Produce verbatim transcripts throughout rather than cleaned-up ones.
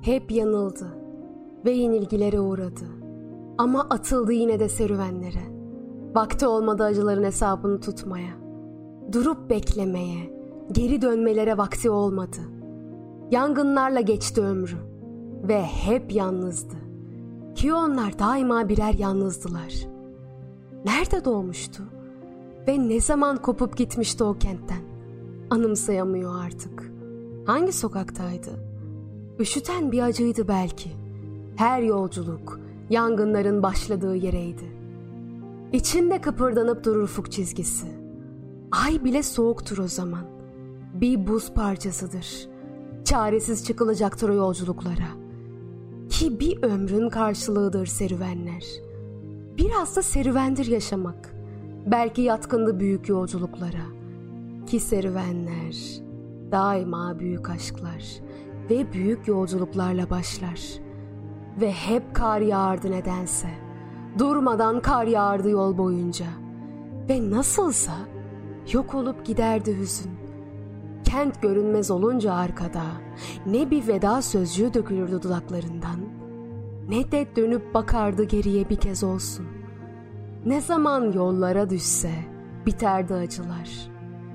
Hep yanıldı ve yenilgilere uğradı. Ama atıldı yine de serüvenlere. Vakti olmadı acıların hesabını tutmaya. Durup beklemeye, geri dönmelere vakti olmadı. Yangınlarla geçti ömrü ve hep yalnızdı. Ki onlar daima birer yalnızdılar. Nerede doğmuştu ve ne zaman kopup gitmişti o kentten? Anımsayamıyor artık. Hangi sokaktaydı? Üşüten bir acıydı belki. Her yolculuk yangınların başladığı yereydi. İçinde kıpırdanıp durur ufuk çizgisi. Ay bile soğuktur o zaman. Bir buz parçasıdır. Çaresiz çıkılacaktır o yolculuklara. Ki bir ömrün karşılığıdır serüvenler. Biraz da serüvendir yaşamak. Belki yatkındı büyük yolculuklara. Ki serüvenler daima büyük aşklar ve büyük yolculuklarla başlar. Ve hep kar yağardı nedense. Durmadan kar yağardı yol boyunca. Ve nasılsa yok olup giderdi hüzün. Kent görünmez olunca arkada ne bir veda sözcüğü dökülürdü dudaklarından, ne de dönüp bakardı geriye bir kez olsun. Ne zaman yollara düşse biterdi acılar.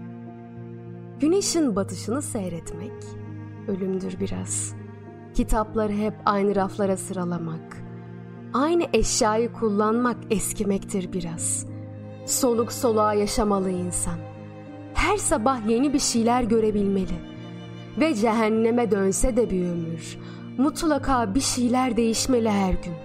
Güneşin batışını seyretmek ölümdür biraz. Kitapları hep aynı raflara sıralamak, aynı eşyayı kullanmak eskimektir biraz. Soluk soluğa yaşamalı insan. Her sabah yeni bir şeyler görebilmeli. Ve cehenneme dönse de bir ömür, mutlaka bir şeyler değişmeli her gün.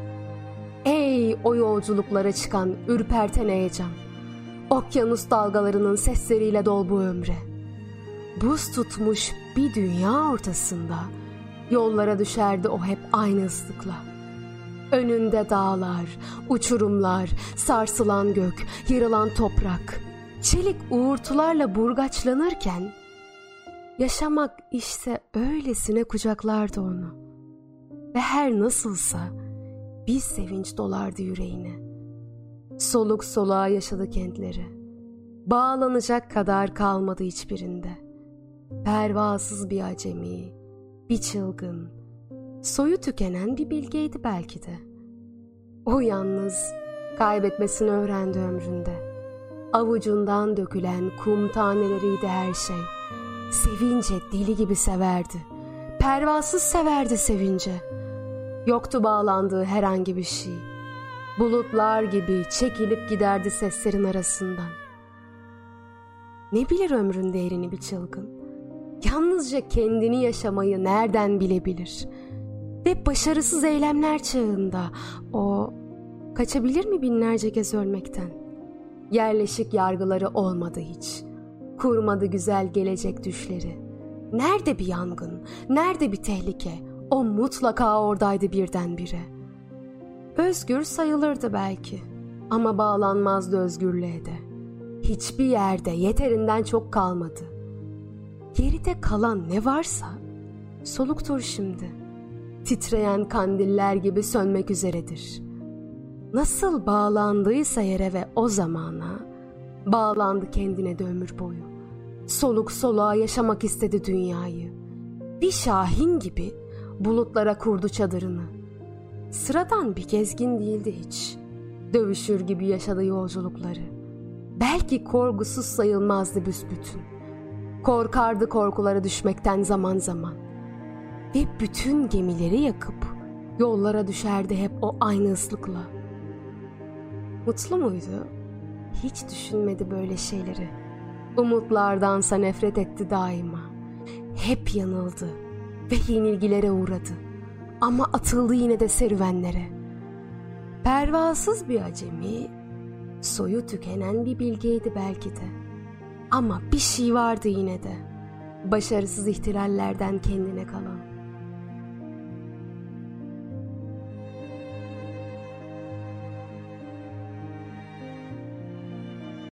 Ey o yolculuklara çıkan ürperten heyecan, okyanus dalgalarının sesleriyle dol bu ömre. Buz tutmuş bir dünya ortasında yollara düşerdi o hep aynı ıslıkla. Önünde dağlar, uçurumlar, sarsılan gök, yırılan toprak, çelik uğultularla burgaçlanırken yaşamak işte öylesine kucaklardı onu. Ve her nasılsa bir sevinç dolardı yüreğine. Soluk soluğa yaşadı kentleri. Bağlanacak kadar kalmadı hiçbirinde. Pervasız bir acemi, bir çılgın, soyu tükenen bir bilgeydi belki de. O yalnız kaybetmesini öğrendi ömründe. Avucundan dökülen kum taneleriydi her şey. Sevince deli gibi severdi. Pervasız severdi sevince. Yoktu bağlandığı herhangi bir şey. Bulutlar gibi çekilip giderdi seslerin arasından. Ne bilir ömrün değerini bir çılgın? Yalnızca kendini yaşamayı nereden bilebilir? Ve başarısız eylemler çağında o kaçabilir mi binlerce kez ölmekten? Yerleşik yargıları olmadı hiç. Kurmadı güzel gelecek düşleri. Nerede bir yangın, nerede bir tehlike? O mutlaka oradaydı birdenbire. Özgür sayılırdı belki ama bağlanmazdı özgürlüğe de. Hiçbir yerde yeterinden çok kalmadı. Geride kalan ne varsa soluktur şimdi. Titreyen kandiller gibi sönmek üzeredir. Nasıl bağlandıysa yere ve o zamana, bağlandı kendine de ömür boyu. Soluk soluğa yaşamak istedi dünyayı. Bir şahin gibi bulutlara kurdu çadırını. Sıradan bir gezgin değildi hiç. Dövüşür gibi yaşadı yolculukları. Belki korkusuz sayılmazdı büsbütün. Korkardı korkulara düşmekten zaman zaman. Ve bütün gemileri yakıp yollara düşerdi hep o aynı ıslıkla. Mutlu muydu? Hiç düşünmedi böyle şeyleri. Umutlardansa nefret etti daima. Hep yanıldı ve yenilgilere uğradı. Ama atıldı yine de serüvenlere. Pervasız bir acemi, soyu tükenen bir bilgeydi belki de. Ama bir şey vardı yine de. Başarısız ihtilallerden kendine kalan.